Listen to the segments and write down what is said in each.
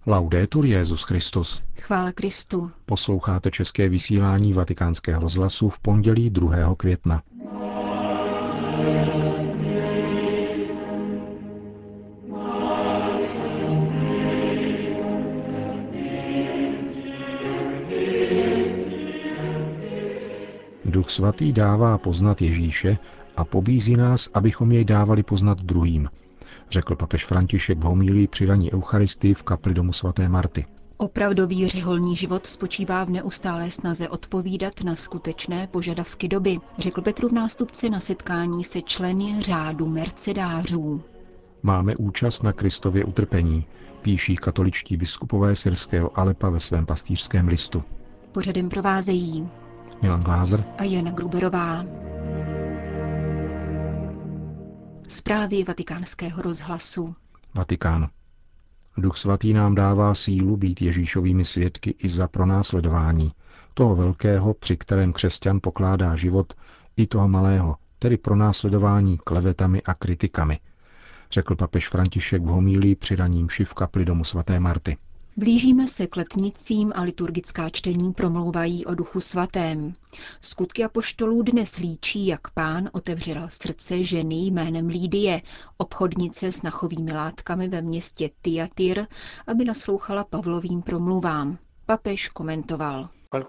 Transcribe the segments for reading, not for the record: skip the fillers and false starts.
Laudetur Jesus Christus. Chvála Kristu. Posloucháte české vysílání Vatikánského rozhlasu v pondělí 2. května. Duch svatý dává poznat Ježíše a pobízí nás, abychom jej dávali poznat druhým, řekl papež František v homílii při raní eucharistii v kapli domu svaté Marty. Opravdový řeholní život spočívá v neustálé snaze odpovídat na skutečné požadavky doby, řekl Petrův nástupce na setkání se členy řádu mercedářů. Máme účast na Kristově utrpení, píší katoličtí biskupové syrského Alepa ve svém pastýřském listu. Pořadem provázejí Milan Glázer a Jana Gruberová. Zprávy Vatikánského rozhlasu. Vatikán. Duch svatý nám dává sílu být Ježíšovými svědky i za pronásledování, toho velkého, při kterém křesťan pokládá život, i toho malého, tedy pronásledování klevetami a kritikami, řekl papež František v homílii při raní mši v kapli domu svaté Marty. Blížíme se k letnicím a liturgická čtení promlouvají o Duchu svatém. Skutky apoštolů dnes líčí, jak Pán otevřel srdce ženy jménem Lídie, obchodnice s nachovými látkami ve městě Thyatira, aby naslouchala Pavlovým promluvám. Papež komentoval.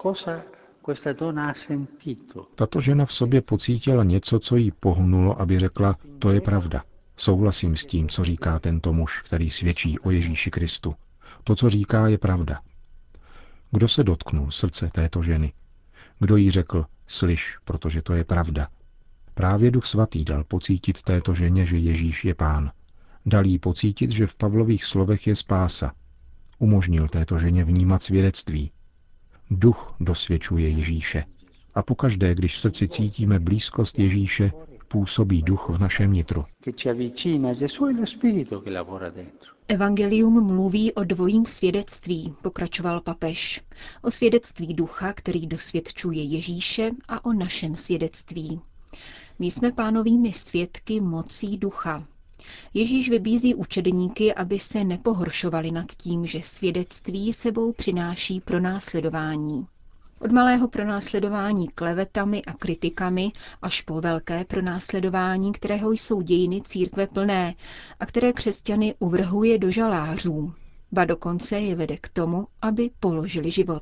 Tato žena v sobě pocítila něco, co jí pohnulo, aby řekla, to je pravda. Souhlasím s tím, co říká tento muž, který svědčí o Ježíši Kristu. To, co říká, je pravda. Kdo se dotknul srdce této ženy? Kdo jí řekl, slyš, protože to je pravda? Právě Duch svatý dal pocítit této ženě, že Ježíš je Pán. Dal jí pocítit, že v Pavlových slovech je spása. Umožnil této ženě vnímat svědectví. Duch dosvědčuje Ježíše. A pokaždé, když v srdci cítíme blízkost Ježíše, působí duch v našem nitru. Evangelium mluví o dvojím svědectví, pokračoval papež. O svědectví ducha, který dosvědčuje Ježíše, a o našem svědectví. My jsme Pánovými svědky mocí ducha. Ježíš vybízí učedníky, aby se nepohoršovali nad tím, že svědectví sebou přináší pronásledování. Od malého pronásledování klevetami a kritikami až po velké pronásledování, kterého jsou dějiny církve plné a které křesťany uvrhuje do žalářů. Ba dokonce je vede k tomu, aby položili život.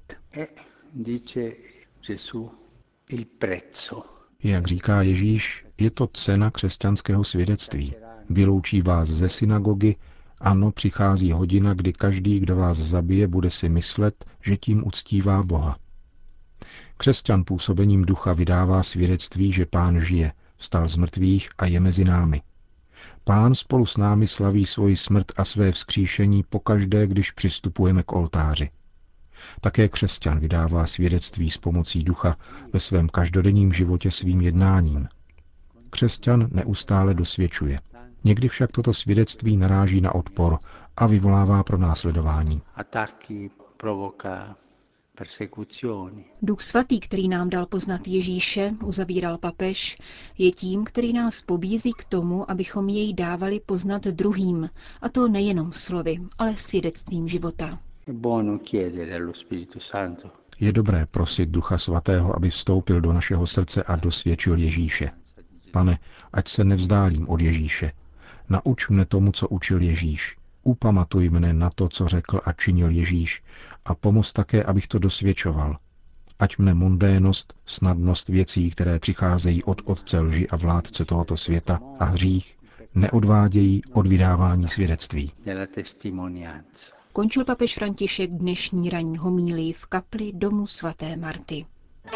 Jak říká Ježíš, je to cena křesťanského svědectví. Vyloučí vás ze synagogy, ano, přichází hodina, kdy každý, kdo vás zabije, bude si myslet, že tím uctívá Boha. Křesťan působením ducha vydává svědectví, že Pán žije, vstal z mrtvých a je mezi námi. Pán spolu s námi slaví svoji smrt a své vzkříšení pokaždé, když přistupujeme k oltáři. Také křesťan vydává svědectví s pomocí ducha ve svém každodenním životě svým jednáním. Křesťan neustále dosvědčuje. Někdy však toto svědectví naráží na odpor a vyvolává pronásledování. Duch svatý, který nám dal poznat Ježíše, uzavíral papež, je tím, který nás pobízí k tomu, abychom jej dávali poznat druhým, a to nejenom slovy, ale svědectvím života. Je dobré prosit Ducha svatého, aby vstoupil do našeho srdce a dosvědčil Ježíše. Pane, ať se nevzdálím od Ježíše. Nauč mne tomu, co učil Ježíš. Upamatuj mne na to, co řekl a činil Ježíš, a pomoz také, abych to dosvědčoval. Ať mne mundénost, snadnost věcí, které přicházejí od otce lži a vládce tohoto světa a hřích, neodvádějí od vydávání svědectví. Končil papež František dnešní ranní homílii v kapli domu svaté Marty.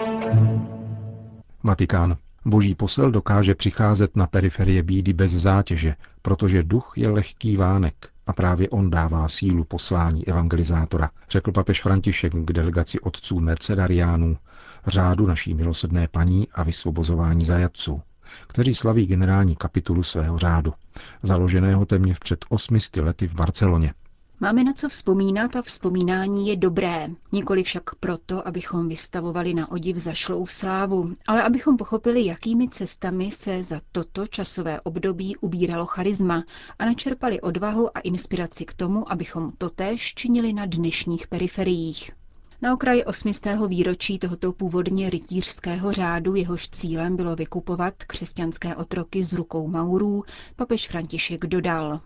Vatikán. Boží posel dokáže přicházet na periferie bídy bez zátěže, protože duch je lehký vánek a právě on dává sílu poslání evangelizátora, řekl papež František k delegaci otců mercedariánů, řádu naší milosrdné paní a vysvobozování zajatců, kteří slaví generální kapitulu svého řádu, založeného téměř před 800 lety v Barceloně. Máme na co vzpomínat a vzpomínání je dobré. Nikoli však proto, abychom vystavovali na odiv zašlou slávu, ale abychom pochopili, jakými cestami se za toto časové období ubíralo charisma a načerpali odvahu a inspiraci k tomu, abychom totéž činili na dnešních periferiích. Na okraji 800. výročí tohoto původně rytířského řádu, jehož cílem bylo vykupovat křesťanské otroky z rukou Maurů, papež František dodal: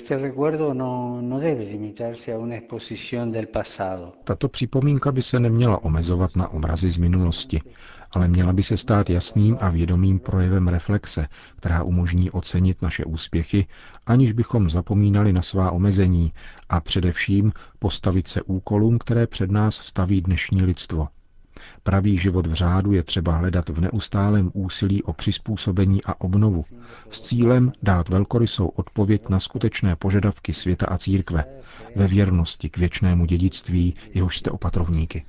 Tato připomínka by se neměla omezovat na obrazy z minulosti, ale měla by se stát jasným a vědomým projevem reflexe, která umožní ocenit naše úspěchy, aniž bychom zapomínali na svá omezení a především postavit se úkolům, které před nás staví dnešní lidstvo. Pravý život v řádu je třeba hledat v neustálém úsilí o přizpůsobení a obnovu s cílem dát velkorysou odpověď na skutečné požadavky světa a církve ve věrnosti k věčnému dědictví, jehož jste opatrovníky.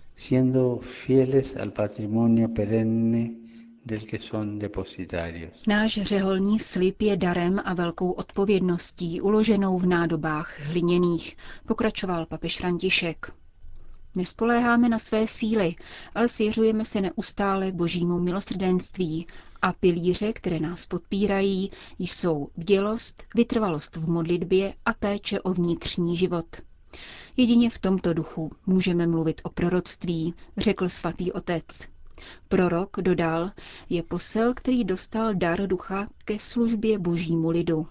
Náš řeholní slib je darem a velkou odpovědností uloženou v nádobách hliněných, pokračoval papež František. Nespoléháme na své síly, ale svěřujeme se neustále božímu milosrdenství a pilíře, které nás podpírají, jsou bdělost, vytrvalost v modlitbě a péče o vnitřní život. Jedině v tomto duchu můžeme mluvit o proroctví, řekl svatý otec. Prorok, dodal, je posel, který dostal dar ducha ke službě božímu lidu.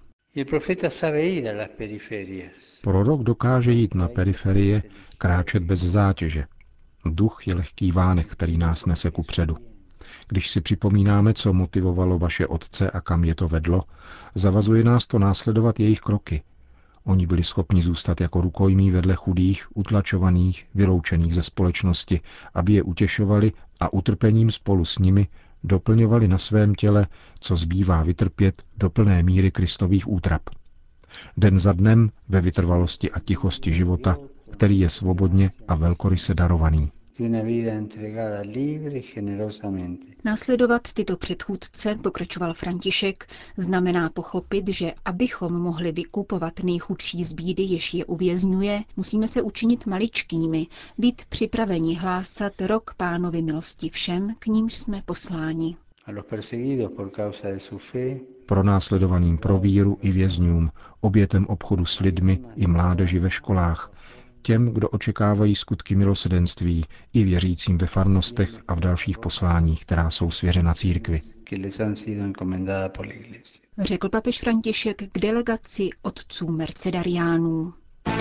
Prorok dokáže jít na periferie, kráčet bez zátěže. Duch je lehký vánek, který nás nese kupředu. Když si připomínáme, co motivovalo vaše otce a kam je to vedlo, zavazuje nás to následovat jejich kroky. Oni byli schopni zůstat jako rukojmí vedle chudých, utlačovaných, vyloučených ze společnosti, aby je utěšovali a utrpením spolu s nimi doplňovali na svém těle, co zbývá vytrpět do plné míry Kristových útrap. Den za dnem ve vytrvalosti a tichosti života, který je svobodně a velkoryse darovaný. Následovat tyto předchůdce, pokračoval František, znamená pochopit, že abychom mohli vykupovat nejchudší z bídy, jež je uvězňuje, musíme se učinit maličkými, být připraveni hlásat rok Pánovy milosti všem, k nímž jsme posláni. Pronásledovaným pro víru i vězňům, obětem obchodu s lidmi i mládeži ve školách, těm, kdo očekávají skutky milosrdenství, i věřícím ve farnostech a v dalších posláních, která jsou svěřena církvi. Řekl papež František k delegaci otců mercedariánů.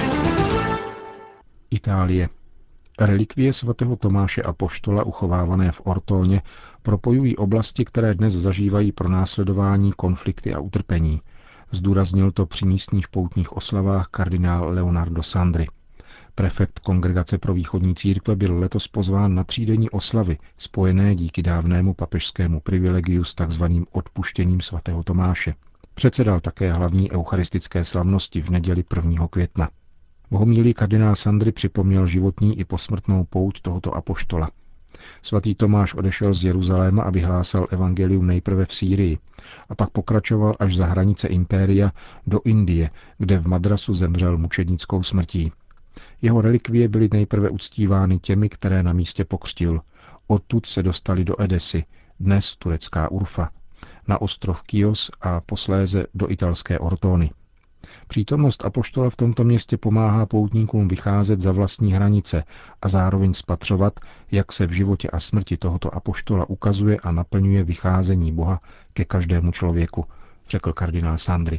Itálie. Relikvie svatého Tomáše apoštola uchovávané v Ortóně propojují oblasti, které dnes zažívají pronásledování, konflikty a utrpení. Zdůraznil to při místních poutních oslavách kardinál Leonardo Sandri. Prefekt Kongregace pro východní církve byl letos pozván na třídenní oslavy, spojené díky dávnému papežskému privilegiu s takzvaným odpuštěním svatého Tomáše. Předsedal také hlavní eucharistické slavnosti v neděli 1. května. V homílii kardinál Sandri připomněl životní i posmrtnou pouť tohoto apoštola. Svatý Tomáš odešel z Jeruzaléma a vyhlásal evangelium nejprve v Sýrii a pak pokračoval až za hranice impéria do Indie, kde v Madrasu zemřel mučednickou smrtí. Jeho relikvie byly nejprve uctívány těmi, které na místě pokřtil. Odtud se dostali do Edesy, dnes turecká Urfa, na ostrov Chios a posléze do italské Ortóny. Přítomnost apoštola v tomto městě pomáhá poutníkům vycházet za vlastní hranice a zároveň spatřovat, jak se v životě a smrti tohoto apoštola ukazuje a naplňuje vycházení Boha ke každému člověku, řekl kardinál Sandri.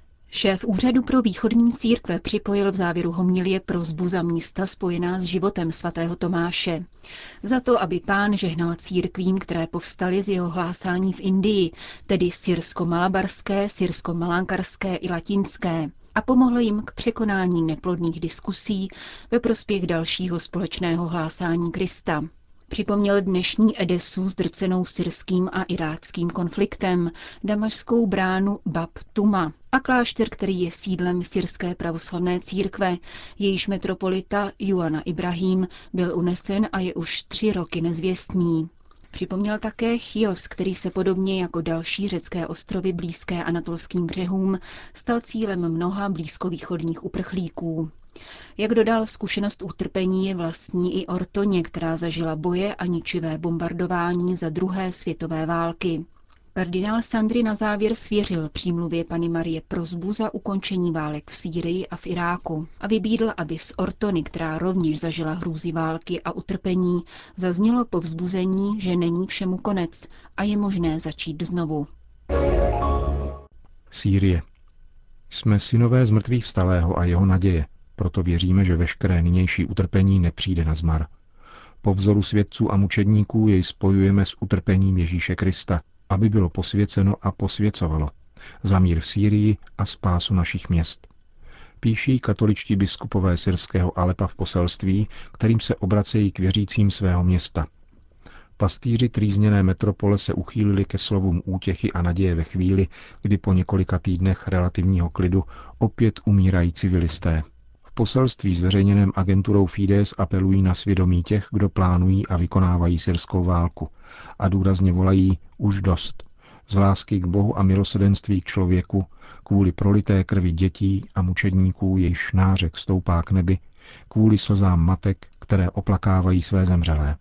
Šéf Úřadu pro východní církve připojil v závěru homilie prosbu za místa spojená s životem svatého Tomáše. Za to, aby Pán žehnal církvím, které povstaly z jeho hlásání v Indii, tedy syrsko-malabarské, syrsko-malánkarské i latinské, a pomohl jim k překonání neplodných diskusí ve prospěch dalšího společného hlásání Krista. Připomněl dnešní Edesu zdrcenou syrským a iráckým konfliktem, damašskou bránu Bab Tuma a klášter, který je sídlem syrské pravoslavné církve, jejíž metropolita Juana Ibrahim byl unesen a je už 3 roky nezvěstný. Připomněl také Chios, který se podobně jako další řecké ostrovy blízké anatolským břehům stal cílem mnoha blízkovýchodních uprchlíků. Jak dodal, zkušenost utrpení je vlastní i Ortoně, která zažila boje a ničivé bombardování za druhé světové války. Kardinál Sandri na závěr svěřil přímluvě Panny Marie prosbu za ukončení válek v Sýrii a v Iráku a vybídl, aby z Ortony, která rovněž zažila hrůzy války a utrpení, zaznělo povzbuzení, že není všemu konec a je možné začít znovu. Sýrie. Jsme synové zmrtvých vstalého a jeho naděje, proto věříme, že veškeré nynější utrpení nepřijde na zmar. Po vzoru svědců a mučedníků jej spojujeme s utrpením Ježíše Krista, aby bylo posvěceno a posvěcovalo. Za mír v Sýrii a spásu našich měst. Píší katoličtí biskupové syrského Alepa v poselství, kterým se obracejí k věřícím svého města. Pastýři trýzněné metropole se uchýlili ke slovům útěchy a naděje ve chvíli, kdy po několika týdnech relativního klidu opět umírají civilisté. V poselství zveřejněném agenturou Fides apelují na svědomí těch, kdo plánují a vykonávají syrskou válku a důrazně volají už dost. Z lásky k Bohu a milosrdenství k člověku, kvůli prolité krvi dětí a mučedníků, jejichž nářek stoupá k nebi, kvůli slzám matek, které oplakávají své zemřelé.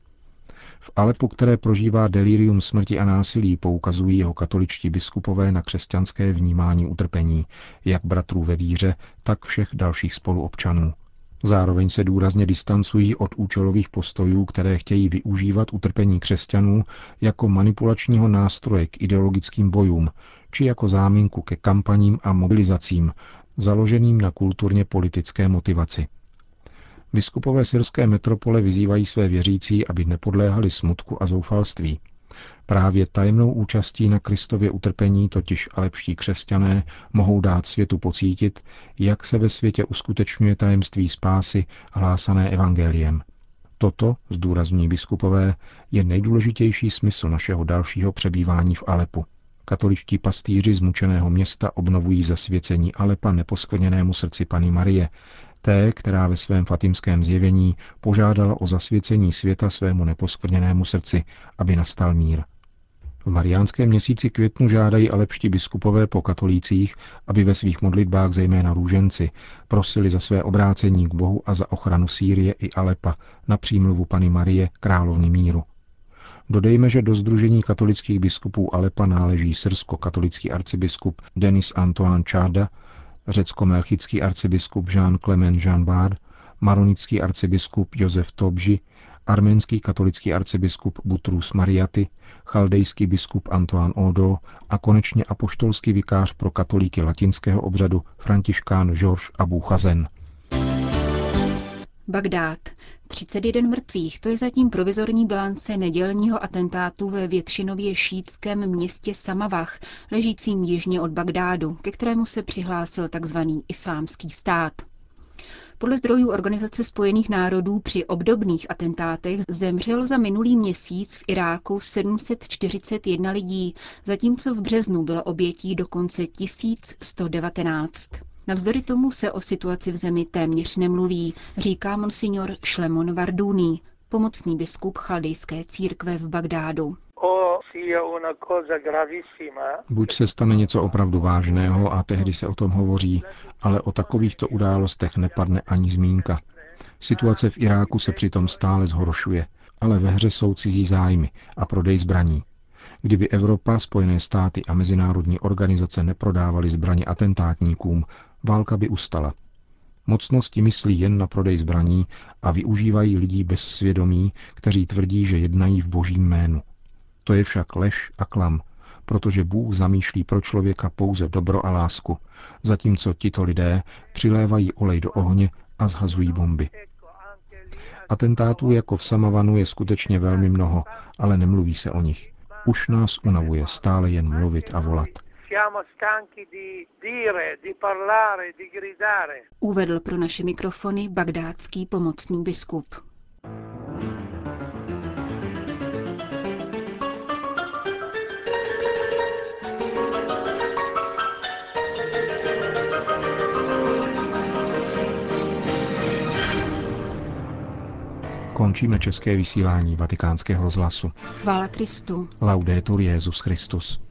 V Alepu, které prožívá delirium smrti a násilí, poukazují jeho katoličtí biskupové na křesťanské vnímání utrpení, jak bratrů ve víře, tak všech dalších spoluobčanů. Zároveň se důrazně distancují od účelových postojů, které chtějí využívat utrpení křesťanů jako manipulačního nástroje k ideologickým bojům, či jako záminku ke kampaním a mobilizacím, založeným na kulturně politické motivaci. Biskupové syrské metropole vyzývají své věřící, aby nepodléhali smutku a zoufalství. Právě tajemnou účastí na Kristově utrpení totiž alepští křesťané mohou dát světu pocítit, jak se ve světě uskutečňuje tajemství spásy hlásané evangeliem. Toto, zdůrazňují biskupové, je nejdůležitější smysl našeho dalšího přebývání v Alepu. Katoličtí pastýři z mučeného města obnovují zasvěcení Alepa neposkvrněnému srdci Panny Marie, té, která ve svém fatimském zjevení požádala o zasvěcení světa svému neposkvrněnému srdci, aby nastal mír. V mariánském měsíci květnu žádají alepští biskupové po katolících, aby ve svých modlitbách, zejména růženci, prosili za své obrácení k Bohu a za ochranu Sýrie i Alepa na přímluvu Panny Marie, královny míru. Dodejme, že do sdružení katolických biskupů Alepa náleží syrsko-katolický arcibiskup Denis Antoine Čáda, řecko-melchický arcibiskup Jean-Clement Jean Bart, maronický arcibiskup Josef Tobži, arménský katolický arcibiskup Butrus Mariaty, chaldejský biskup Antoine Odo a konečně apoštolský vikář pro katolíky latinského obřadu františkán Georges Abou Chazen. Bagdád. 31 mrtvých, to je zatím provizorní bilance nedělního atentátu ve většinově šítském městě Samavah, ležícím jižně od Bagdádu, ke kterému se přihlásil tzv. Islámský stát. Podle zdrojů Organizace spojených národů při obdobných atentátech zemřelo za minulý měsíc v Iráku 741 lidí, zatímco v březnu bylo obětí dokonce 1119. Navzdory tomu se o situaci v zemi téměř nemluví, říká monsignor Šlemon Vardúný, pomocný biskup chaldejské církve v Bagdádu. Buď se stane něco opravdu vážného a tehdy se o tom hovoří, ale o takovýchto událostech nepadne ani zmínka. Situace v Iráku se přitom stále zhoršuje, ale ve hře jsou cizí zájmy a prodej zbraní. Kdyby Evropa, Spojené státy a mezinárodní organizace neprodávaly zbraně atentátníkům, válka by ustala. Mocnosti myslí jen na prodej zbraní a využívají lidí bez svědomí, kteří tvrdí, že jednají v Božím jménu. To je však lež a klam, protože Bůh zamýšlí pro člověka pouze dobro a lásku, zatímco tito lidé přilévají olej do ohně a zhazují bomby. Atentátů jako v Samavanu je skutečně velmi mnoho, ale nemluví se o nich. Už nás unavuje stále jen mluvit a volat. Uvedl pro naše mikrofony bagdátský pomocný biskup. Končíme české vysílání Vatikánského rozhlasu. Chvála Kristu. Laudetur Jesus Christus.